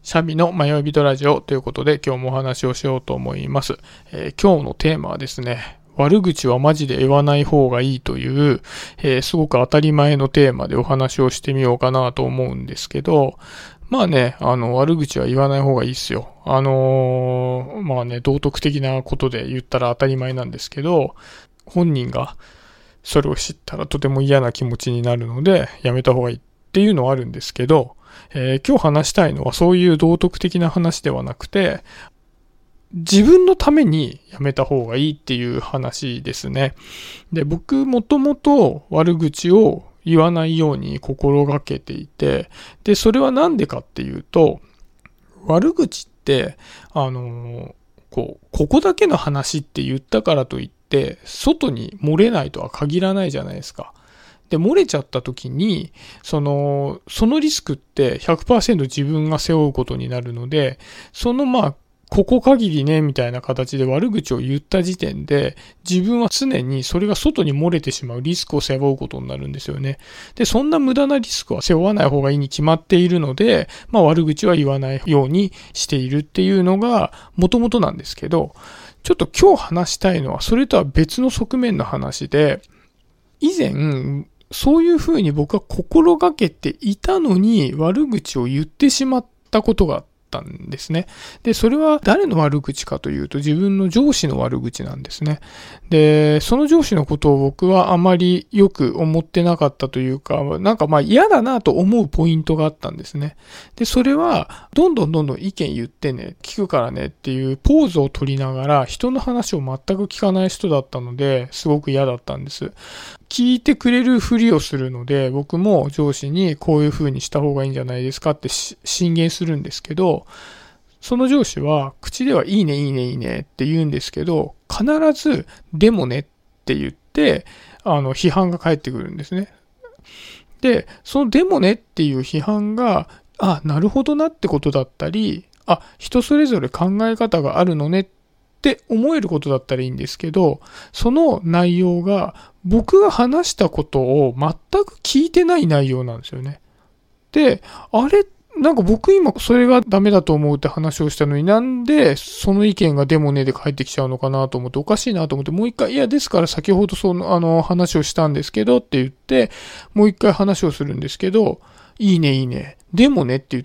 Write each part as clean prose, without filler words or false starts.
シャビの迷い人ラジオということで今日もお話をしようと思います。今日のテーマはですね、悪口はマジで言わない方がいいという、すごく当たり前のテーマでお話をしてみようかなと思うんですけど、まあね、悪口は言わない方がいいですよ。まあね、道徳的なことで言ったら当たり前なんですけど、本人がそれを知ったらとても嫌な気持ちになるので、やめた方がいいっていうのはあるんですけど、今日話したいのはそういう道徳的な話ではなくて、自分のためにやめた方がいいっていう話ですね。で、僕もともと悪口を言わないように心がけていて、で、それはなんでかっていうと、悪口って、ここだけの話って言ったからといって、外に漏れないとは限らないじゃないですか。で、漏れちゃった時に、そのリスクって 100% 自分が背負うことになるので、ここ限りね、みたいな形で悪口を言った時点で、自分は常にそれが外に漏れてしまうリスクを背負うことになるんですよね。で、そんな無駄なリスクは背負わない方がいいに決まっているので、悪口は言わないようにしているっていうのが元々なんですけど、ちょっと今日話したいのはそれとは別の側面の話で、以前、そういうふうに僕は心がけていたのに悪口を言ってしまったことがあったんですね。で、それは誰の悪口かというと自分の上司の悪口なんですね。で、その上司のことを僕はあまりよく思ってなかったというか、嫌だなと思うポイントがあったんですね。で、それはどんどん意見言ってね、聞くからねっていうポーズを取りながら人の話を全く聞かない人だったので、すごく嫌だったんです。聞いてくれるふりをするので、僕も上司にこういう風にした方がいいんじゃないですかって進言するんですけど、その上司は口ではいいねいいねいいねって言うんですけど、必ずでもねって言って、批判が返ってくるんですね。で、そのでもねっていう批判が、なるほどなってことだったり、人それぞれ考え方があるのねって思えることだったらいいんですけど、その内容が僕が話したことを全く聞いてない内容なんですよね。で、僕今それがダメだと思うって話をしたのになんでその意見がでもねで返ってきちゃうのかなと思っておかしいなと思ってもう一回、ですから先ほど話をしたんですけどって言ってもう一回話をするんですけど、いいねいいね。でもねって言って、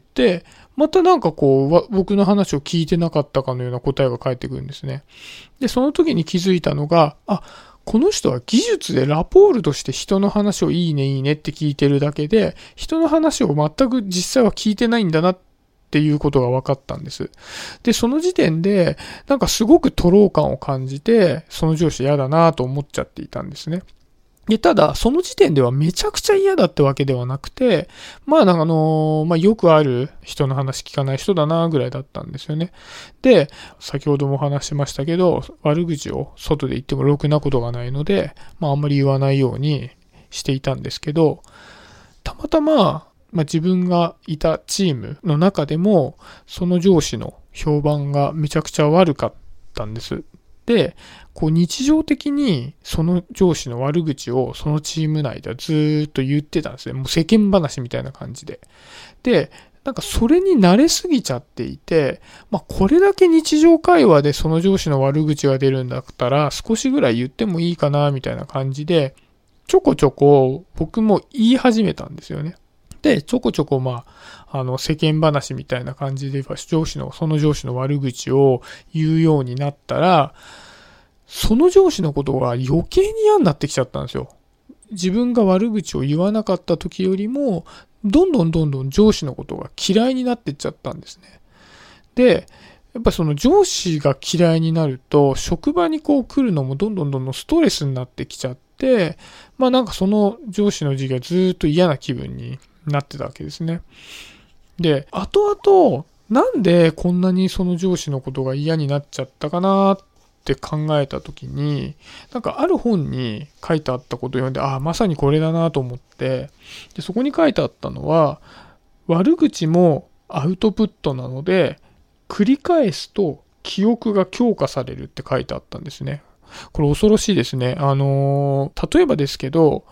また僕の話を聞いてなかったかのような答えが返ってくるんですね。で、その時に気づいたのが、この人は技術でラポールとして人の話をいいねいいねって聞いてるだけで、人の話を全く実際は聞いてないんだなっていうことが分かったんです。で、その時点で、すごく徒労感を感じて、その上司嫌だなと思っちゃっていたんですね。で、ただ、その時点ではめちゃくちゃ嫌だってわけではなくて、よくある人の話聞かない人だなぐらいだったんですよね。で、先ほども話しましたけど、悪口を外で言ってもろくなことがないので、あんまり言わないようにしていたんですけど、たまたま、自分がいたチームの中でも、その上司の評判がめちゃくちゃ悪かったんです。で、日常的にその上司の悪口をそのチーム内ではずーっと言ってたんですね。もう世間話みたいな感じで。で、それに慣れすぎちゃっていて、これだけ日常会話でその上司の悪口が出るんだったら少しぐらい言ってもいいかなみたいな感じで、ちょこちょこ僕も言い始めたんですよね。で、ちょこちょこ世間話みたいな感じでその上司の悪口を言うようになったら、その上司のことが余計に嫌になってきちゃったんですよ。自分が悪口を言わなかった時よりも、どんどん上司のことが嫌いになってっちゃったんですね。で、やっぱその上司が嫌いになると、職場に来るのもどんどんストレスになってきちゃって、その上司の字がずっと嫌な気分になってたわけですね。で、後々、なんでこんなにその上司のことが嫌になっちゃったかなって考えた時に、ある本に書いてあったことを読んで、まさにこれだなと思って、で、そこに書いてあったのは、悪口もアウトプットなので、繰り返すと記憶が強化されるって書いてあったんですね。これ恐ろしいですね。例えばですけど、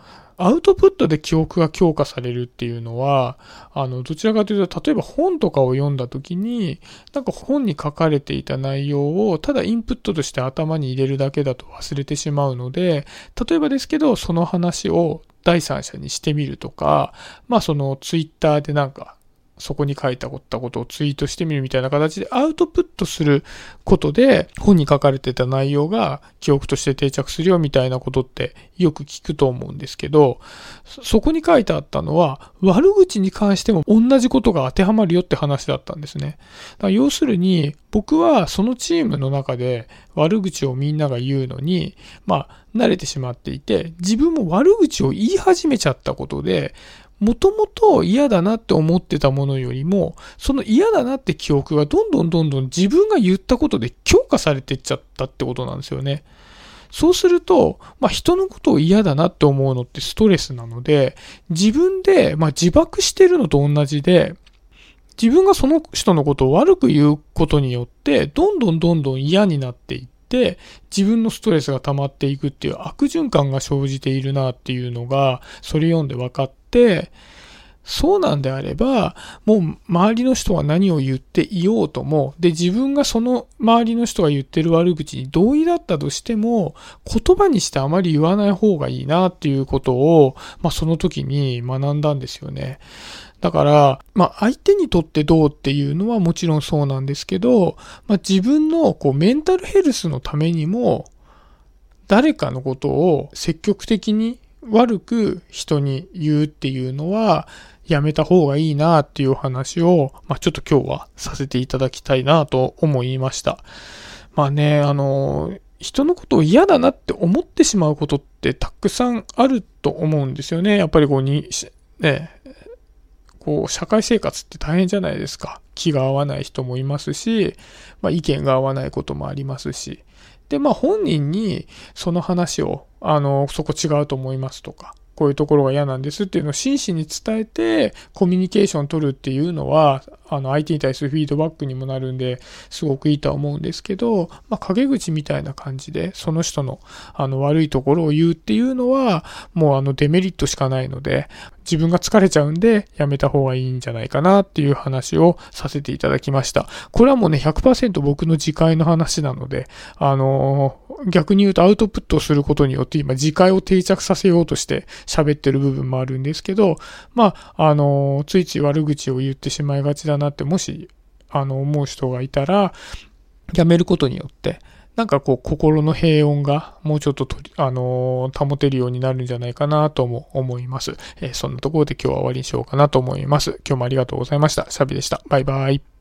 アウトプットで記憶が強化されるっていうのは、どちらかというと、例えば本とかを読んだ時に、なんか本に書かれていた内容をただインプットとして頭に入れるだけだと忘れてしまうので、例えばですけど、その話を第三者にしてみるとか、そのツイッターでなんか、そこに書いたことをツイートしてみるみたいな形でアウトプットすることで本に書かれてた内容が記憶として定着するよみたいなことってよく聞くと思うんですけど、そこに書いてあったのは悪口に関しても同じことが当てはまるよって話だったんですね。だから要するに僕はそのチームの中で悪口をみんなが言うのに慣れてしまっていて、自分も悪口を言い始めちゃったことでもともと嫌だなって思ってたものよりも、その嫌だなって記憶がどんどん自分が言ったことで強化されていっちゃったってことなんですよね。そうすると、人のことを嫌だなって思うのってストレスなので、自分で、自爆してるのと同じで、自分がその人のことを悪く言うことによって、どんどん嫌になっていって、自分のストレスが溜まっていくっていう悪循環が生じているなっていうのが、それ読んで分かって、そうなんであれば、もう周りの人が何を言っていようとも、で、自分がその周りの人が言ってる悪口に同意だったとしても、言葉にしてあまり言わない方がいいなっていうことを、その時に学んだんですよね。だから、相手にとってどうっていうのはもちろんそうなんですけど、自分のメンタルヘルスのためにも、誰かのことを積極的に悪く人に言うっていうのはやめた方がいいなっていう話を、ちょっと今日はさせていただきたいなと思いました。人のことを嫌だなって思ってしまうことってたくさんあると思うんですよね。やっぱり社会生活って大変じゃないですか。気が合わない人もいますし、意見が合わないこともありますし。で、本人にその話を、そこ違うと思いますとか、こういうところが嫌なんですっていうのを真摯に伝えて、コミュニケーションを取るっていうのは、相手に対するフィードバックにもなるんで、すごくいいとは思うんですけど、陰口みたいな感じで、その人の、悪いところを言うっていうのは、もうデメリットしかないので、自分が疲れちゃうんで、やめた方がいいんじゃないかなっていう話をさせていただきました。これはもうね、100% 僕の自戒の話なので、逆に言うとアウトプットをすることによって今自戒を定着させようとして喋ってる部分もあるんですけど、ついつい悪口を言ってしまいがちだなってもし、思う人がいたら、やめることによって、心の平穏がもうちょっと保てるようになるんじゃないかなとも思います。そんなところで今日は終わりにしようかなと思います。今日もありがとうございました。シャビでした。バイバイ。